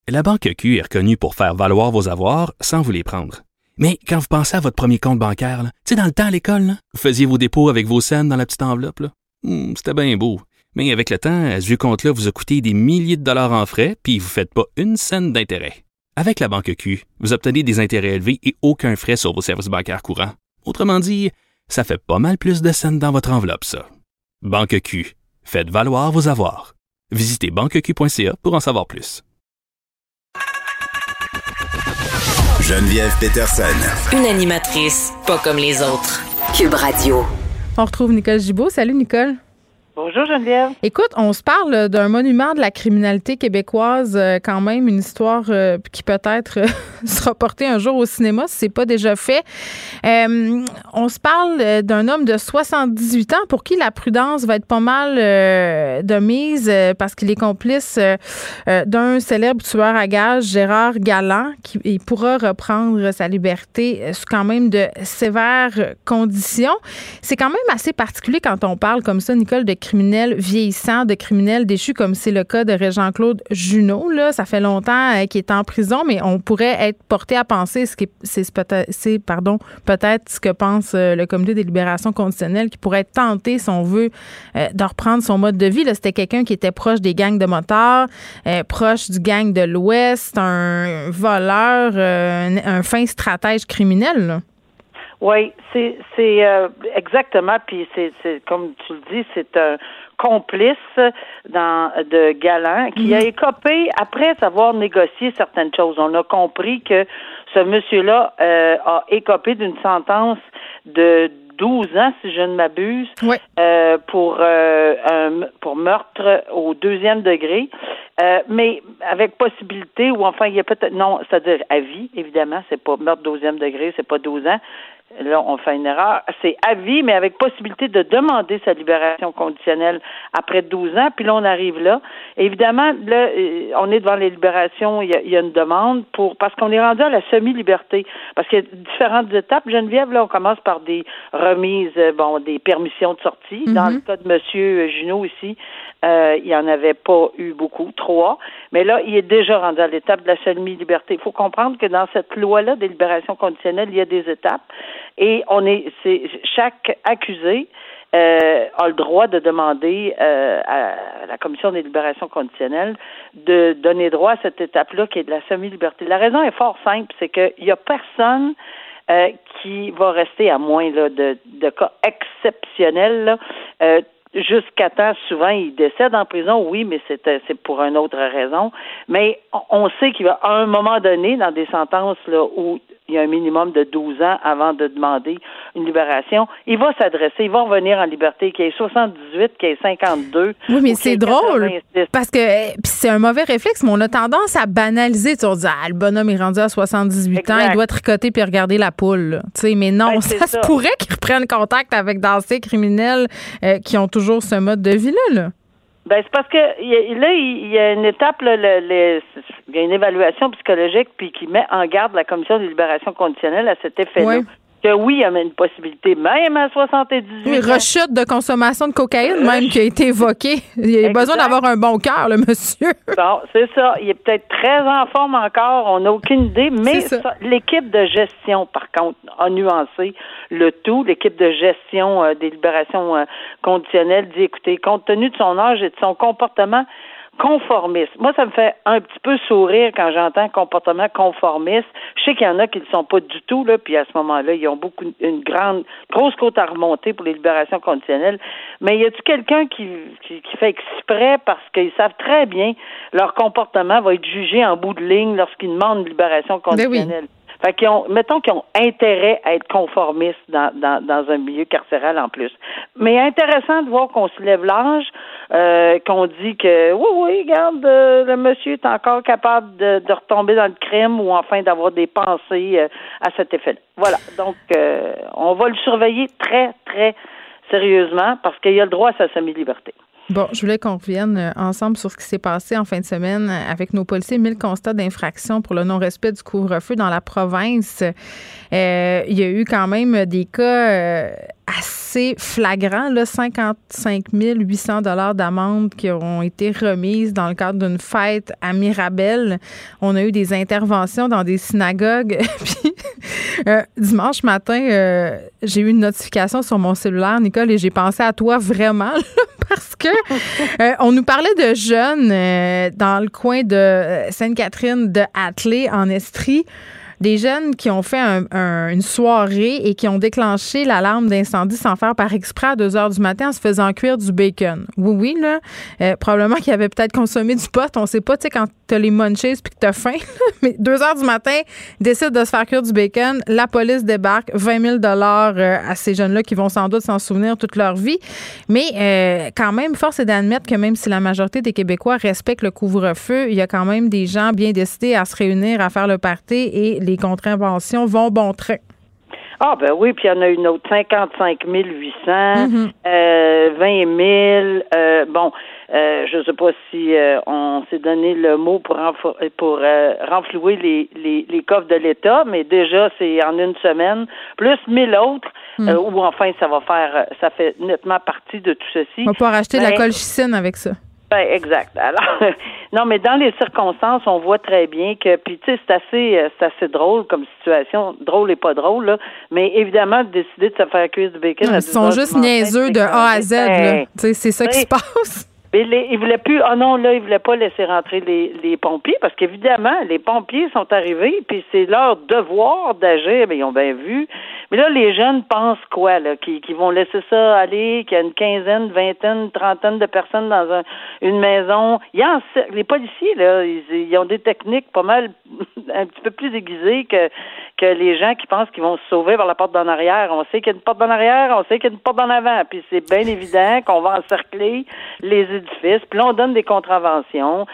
La Banque Q est reconnue pour faire valoir vos avoirs sans vous les prendre. Mais quand vous pensez à votre premier compte bancaire, tu sais, dans le temps à l'école, là, vous faisiez vos dépôts avec vos scènes dans la petite enveloppe. Là. C'était bien beau. Mais avec le temps, ce vieux compte-là vous a coûté des milliers de dollars en frais, puis vous ne faites pas une scène d'intérêt. Avec la Banque Q, vous obtenez des intérêts élevés et aucun frais sur vos services bancaires courants. Autrement dit, ça fait pas mal plus de scènes dans votre enveloppe, ça. Banque Q. Faites valoir vos avoirs. Visitez banqueq.ca pour en savoir plus. Geneviève Peterson. Une animatrice pas comme les autres. Cube Radio. On retrouve Nicole Gibault. Salut, Nicole. Bonjour Geneviève. Écoute, on se parle d'un monument de la criminalité québécoise, quand même, une histoire qui peut-être sera portée un jour au cinéma si c'est pas déjà fait. On se parle d'un homme de 78 ans pour qui la prudence va être pas mal de mise parce qu'il est complice d'un célèbre tueur à gages, Gérard Galland, qui pourra reprendre sa liberté sous quand même de sévères conditions. C'est quand même assez particulier quand on parle comme ça, Nicole, de criminels vieillissants, de criminels déchus, comme c'est le cas de Régent-Claude Junot. Là, ça fait longtemps qu'il est en prison, mais on pourrait être porté à penser peut-être ce que pense le Comité des libérations conditionnelles, qui pourrait être tenté, si on veut, de reprendre son mode de vie. Là, c'était quelqu'un qui était proche des gangs de motards, proche du gang de l'Ouest, un voleur, un fin stratège criminel, là. Oui, c'est exactement, puis c'est comme tu le dis, c'est un complice de Galland qui a écopé après avoir négocié certaines choses. On a compris que ce monsieur-là a écopé d'une sentence de 12 ans, si je ne m'abuse, oui. Pour meurtre au 2e degré, mais avec possibilité, ou enfin, il y a peut-être, non, c'est-à-dire à vie, évidemment, c'est pas meurtre 2e degré, c'est pas 12 ans. Là, on fait une erreur. C'est à vie, mais avec possibilité de demander sa libération conditionnelle après 12 ans. Puis là, on arrive là. Évidemment, là, on est devant les libérations. Il y a une demande parce qu'on est rendu à la semi-liberté. Parce qu'il y a différentes étapes. Geneviève, là, on commence par des remises, des permissions de sortie. Dans le cas de monsieur Junot ici, il n'y en avait pas eu beaucoup, 3. Mais là, il est déjà rendu à l'étape de la semi-liberté. Il faut comprendre que dans cette loi-là des libérations conditionnelles, il y a des étapes. Et chaque accusé a le droit de demander à la Commission des libérations conditionnelles de donner droit à cette étape-là qui est de la semi-liberté. La raison est fort simple, c'est qu'il y a personne qui va rester, à moins là, de cas exceptionnels, là, jusqu'à temps, souvent, il décède en prison, oui, mais c'est pour une autre raison. Mais on sait qu'il va, à un moment donné, dans des sentences là où il y a un minimum de 12 ans avant de demander une libération, il va s'adresser, il va revenir en liberté, qu'il ait 78, qu'il ait 52. Oui, mais c'est drôle, 86. Parce que c'est un mauvais réflexe, mais on a tendance à banaliser. On dit, le bonhomme est rendu à 78 exact. ans, il doit tricoter puis regarder la poule. Mais non, ça se pourrait qu'il reprenne contact avec d'anciens criminels qui ont toujours ce mode de vie-là. Là. Ben c'est parce que là, il y a une étape, là, il y a une évaluation psychologique puis qui met en garde la Commission des libérations conditionnelles à cet effet-là. Oui. Que oui, il y a une possibilité, même à 78 oui, ans. Rechute de consommation de cocaïne, même, qui a été évoquée. Il a besoin d'avoir un bon cœur, le monsieur. Bon, c'est ça. Il est peut-être très en forme encore, on n'a aucune idée, mais l'équipe de gestion, par contre, a nuancé le tout. L'équipe de gestion des libérations conditionnelles dit, écoutez, compte tenu de son âge et de son comportement conformiste. Moi, ça me fait un petit peu sourire quand j'entends comportement conformiste. Je sais qu'il y en a qui ne le sont pas du tout, là, puis à ce moment-là, ils ont une grosse côte à remonter pour les libérations conditionnelles. Mais y a-t-il quelqu'un qui fait exprès parce qu'ils savent très bien leur comportement va être jugé en bout de ligne lorsqu'ils demandent une libération conditionnelle? Fait qu'ils ont intérêt à être conformistes dans un milieu carcéral en plus. Mais intéressant de voir qu'on se lève l'âge, qu'on dit que oui, regarde, le monsieur est encore capable de retomber dans le crime ou enfin d'avoir des pensées à cet effet-là. Voilà. Donc, on va le surveiller très, très sérieusement parce qu'il a le droit à sa semi-liberté. Bon, je voulais qu'on revienne ensemble sur ce qui s'est passé en fin de semaine avec nos policiers. 1000 constats d'infraction pour le non-respect du couvre-feu dans la province. Il y a eu quand même des cas assez flagrants, là, 55 800 $ d'amende qui ont été remises dans le cadre d'une fête à Mirabel. On a eu des interventions dans des synagogues. Puis, dimanche matin, j'ai eu une notification sur mon cellulaire, Nicole, et j'ai pensé à toi vraiment, là, parce que on nous parlait de jeunes dans le coin de Sainte-Catherine de Hatley, en Estrie. Des jeunes qui ont fait une soirée et qui ont déclenché l'alarme d'incendie sans faire par exprès à 2 heures du matin en se faisant cuire du bacon. Oui, là. Probablement qu'ils avaient peut-être consommé du pot. On sait pas, tu sais, quand t'as les munchies puis que t'as faim. Mais 2 heures du matin, ils décident de se faire cuire du bacon. La police débarque, 20 000 $ à ces jeunes-là qui vont sans doute s'en souvenir toute leur vie. Mais quand même, force est d'admettre que même si la majorité des Québécois respectent le couvre-feu, il y a quand même des gens bien décidés à se réunir, à faire le party et les contraventions vont bon train. Ah, ben oui, puis il y en a une autre, 55 800, 20 000, je sais pas si on s'est donné le mot pour renflouer les coffres de l'État, mais déjà, c'est en une semaine, plus 1000 autres, où enfin, ça fait nettement partie de tout ceci. On va pouvoir acheter de la colchicine avec ça. Ben, exact. Alors, non, mais dans les circonstances, on voit très bien que, puis tu sais, c'est assez drôle comme situation, drôle et pas drôle, là, mais évidemment, de décider de se faire cuire du bacon. Ils sont juste niaiseux de A à Z, là. Tu sais, c'est ça qui se passe. Mais ils voulaient plus, ils voulaient pas laisser rentrer les pompiers, parce qu'évidemment, les pompiers sont arrivés, puis c'est leur devoir d'agir, mais ils ont bien vu. Mais là, les jeunes pensent quoi, là? Qu'ils vont laisser ça aller, qu'il y a une quinzaine, vingtaine, trentaine de personnes dans une maison. Les policiers, là, ils ont des techniques pas mal, un petit peu plus aiguisées que les gens qui pensent qu'ils vont se sauver par la porte d'en arrière. On sait qu'il y a une porte d'en arrière, on sait qu'il y a une porte d'en avant, puis c'est bien évident qu'on va encercler les édifices, puis là, on donne des contraventions.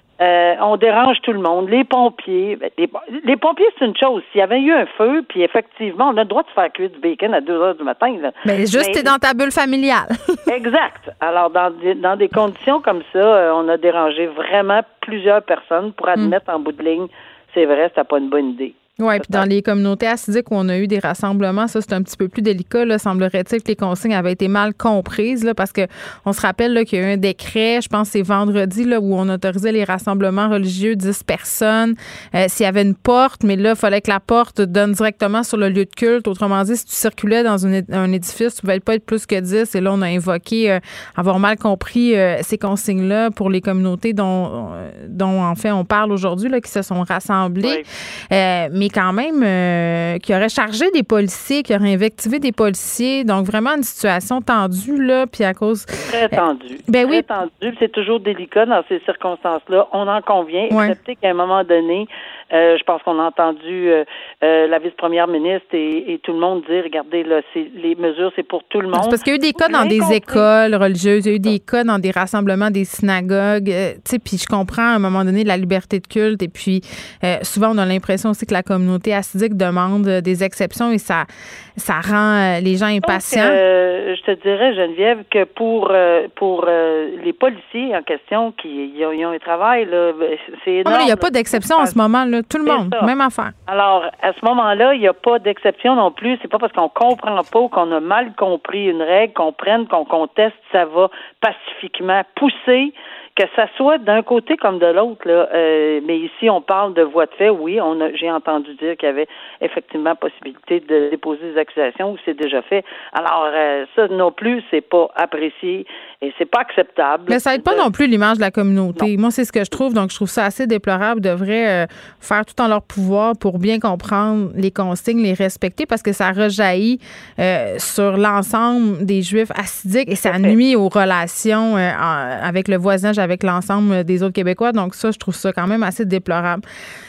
On dérange tout le monde. Les pompiers, les pompiers, c'est une chose. S'il y avait eu un feu, puis effectivement, on a le droit de faire cuire du bacon à 2 heures du matin. Là. Mais t'es dans ta bulle familiale. Exact. Alors, dans des conditions comme ça, on a dérangé vraiment plusieurs personnes pour admettre en bout de ligne, c'est vrai, c'était pas une bonne idée. Oui, puis dans les communautés assidiques où on a eu des rassemblements, ça, c'est un petit peu plus délicat. Là. Semblerait-il que les consignes avaient été mal comprises là, parce que on se rappelle là, qu'il y a eu un décret, je pense que c'est vendredi, là, où on autorisait les rassemblements religieux, 10 personnes. S'il y avait une porte, mais là, il fallait que la porte donne directement sur le lieu de culte. Autrement dit, si tu circulais dans un édifice, tu ne pouvais pas être plus que 10. Et là, on a invoqué avoir mal compris ces consignes-là pour les communautés dont en fait, on parle aujourd'hui, là, qui se sont rassemblées. Oui. Mais quand même, qui aurait chargé des policiers, qui aurait invectivé des policiers. Donc, vraiment une situation tendue, là, puis à cause... Très tendue. Très tendue. C'est toujours délicat dans ces circonstances-là. On en convient, excepté qu'à un moment donné, je pense qu'on a entendu la vice-première ministre et tout le monde dire, regardez, là, les mesures, c'est pour tout le monde. C'est parce qu'il y a eu des cas dans des écoles religieuses, il y a eu des cas dans des rassemblements, des synagogues, tu sais, puis je comprends à un moment donné la liberté de culte, et puis souvent, on a l'impression aussi que la communauté assidique demande des exceptions et ça rend les gens impatients. Donc, je te dirais, Geneviève, que pour les policiers en question qui ont un travail, là, c'est énorme. Il n'y a pas d'exception en ce moment, là. Tout le monde, même affaire. Alors, à ce moment-là, il n'y a pas d'exception non plus. C'est pas parce qu'on comprend pas ou qu'on a mal compris une règle, qu'on conteste, ça va pacifiquement pousser, que ça soit d'un côté comme de l'autre, là. Mais ici, on parle de voie de fait. Oui, j'ai entendu dire qu'il y avait effectivement possibilité de déposer des accusations ou c'est déjà fait. Alors, ça non plus, c'est pas apprécié et c'est pas acceptable. Mais ça aide pas non plus l'image de la communauté. Non. Moi, c'est ce que je trouve. Donc, je trouve ça assez déplorable. Ils devraient faire tout en leur pouvoir pour bien comprendre les consignes, les respecter, parce que ça rejaillit sur l'ensemble des Juifs assidiques et ça nuit aux relations avec le voisinage, avec l'ensemble des autres Québécois. Donc ça, je trouve ça quand même assez déplorable.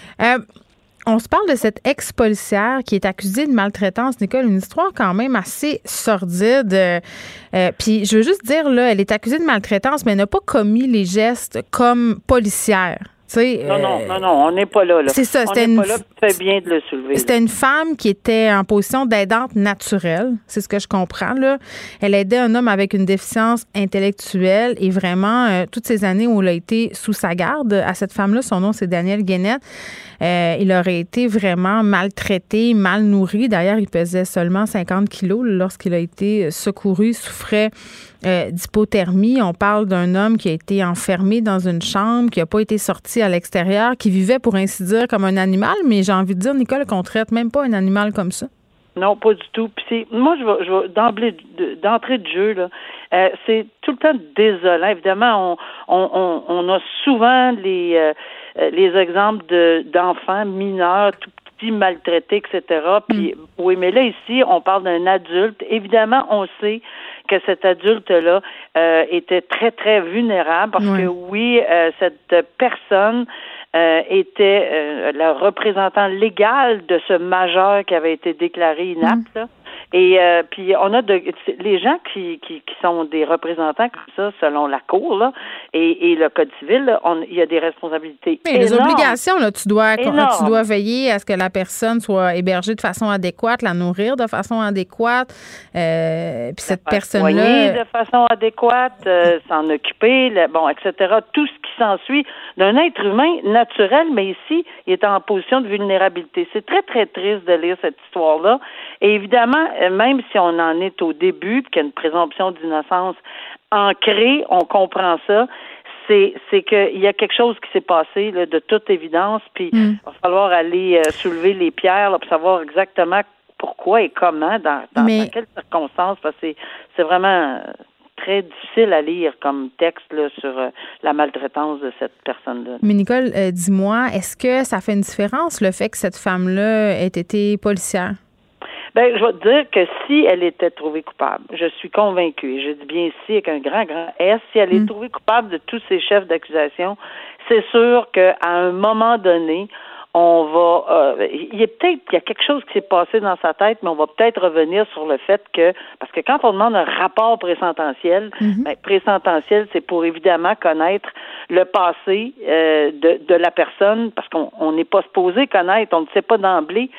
On se parle de cette ex-policière qui est accusée de maltraitance, Nicole, une histoire quand même assez sordide. Puis je veux juste dire, là, elle est accusée de maltraitance, mais elle n'a pas commis les gestes comme policière. Non, on n'est pas là. C'est ça. On n'est pas là, tu fais bien de le soulever. C'était une femme qui était en position d'aidante naturelle, c'est ce que je comprends, là. Elle aidait un homme avec une déficience intellectuelle et vraiment, toutes ces années où elle a été sous sa garde, à cette femme-là, son nom, c'est Daniel Guénette, il aurait été vraiment maltraité, mal nourri. D'ailleurs, il pesait seulement 50 kilos lorsqu'il a été secouru. Il souffrait d'hypothermie. On parle d'un homme qui a été enfermé dans une chambre, qui n'a pas été sorti à l'extérieur, qui vivait, pour ainsi dire, comme un animal. Mais j'ai envie de dire, Nicole, qu'on traite même pas un animal comme ça. Non, pas du tout. Puis moi, je vais d'entrée de jeu, là, c'est tout le temps désolant. Évidemment, on a souvent les exemples d'enfants mineurs, tout petits, maltraités, etc. Puis oui, mais là, ici, on parle d'un adulte. Évidemment, on sait que cet adulte-là était très, très vulnérable parce que oui, cette personne était le représentant légal de ce majeur qui avait été déclaré inapte. Là. Et puis on a les gens qui sont des représentants comme ça selon la cour là et le code civil, là, il y a des responsabilités énormes. Les obligations là, tu dois veiller à ce que la personne soit hébergée de façon adéquate, la nourrir de façon adéquate, puis cette personne-là de façon adéquate, s'en occuper, etc. Tout ce qui s'ensuit d'un être humain naturel, mais ici il est en position de vulnérabilité. C'est très très triste de lire cette histoire-là. Et évidemment, même si on en est au début, puis qu'il y a une présomption d'innocence ancrée, on comprend ça, c'est qu'il y a quelque chose qui s'est passé, là, de toute évidence, puis il va falloir aller soulever les pierres là, pour savoir exactement pourquoi et comment, dans quelles circonstances, parce que c'est vraiment très difficile à lire comme texte là, sur la maltraitance de cette personne-là. Mais Nicole, dis-moi, est-ce que ça fait une différence le fait que cette femme-là ait été policière? Ben, je vais te dire que si elle était trouvée coupable, je suis convaincue, et je dis bien si avec un grand S, si elle est trouvée coupable de tous ces chefs d'accusation, c'est sûr qu'à un moment donné, on va il y a quelque chose qui s'est passé dans sa tête, mais on va peut-être revenir sur le fait que parce que quand on demande un rapport présententiel, présententiel, c'est pour évidemment connaître le passé de la personne, parce qu'on n'est pas supposé connaître, on ne sait pas d'emblée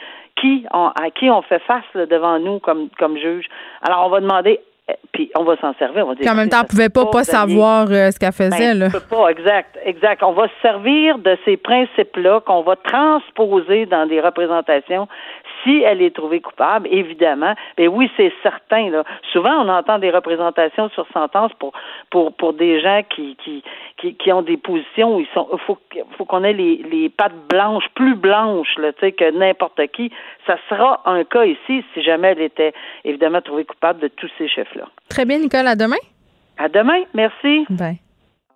à qui on fait face là, devant nous comme juge. Alors on va demander puis on va s'en servir. On va dire, en même temps, on ne pouvait pas savoir ce qu'elle faisait. Là. On peut pas, exact. On va se servir de ces principes-là qu'on va transposer dans des représentations si elle est trouvée coupable, évidemment. Mais oui, c'est certain. Là. Souvent, on entend des représentations sur sentence pour des gens qui ont des positions où il faut qu'on ait les pattes blanches, plus blanches, là, tu sais, que n'importe qui. Ça sera un cas ici si jamais elle était évidemment trouvée coupable de tous ces chefs-là. Très bien, Nicole. À demain. À demain. Merci. Bye.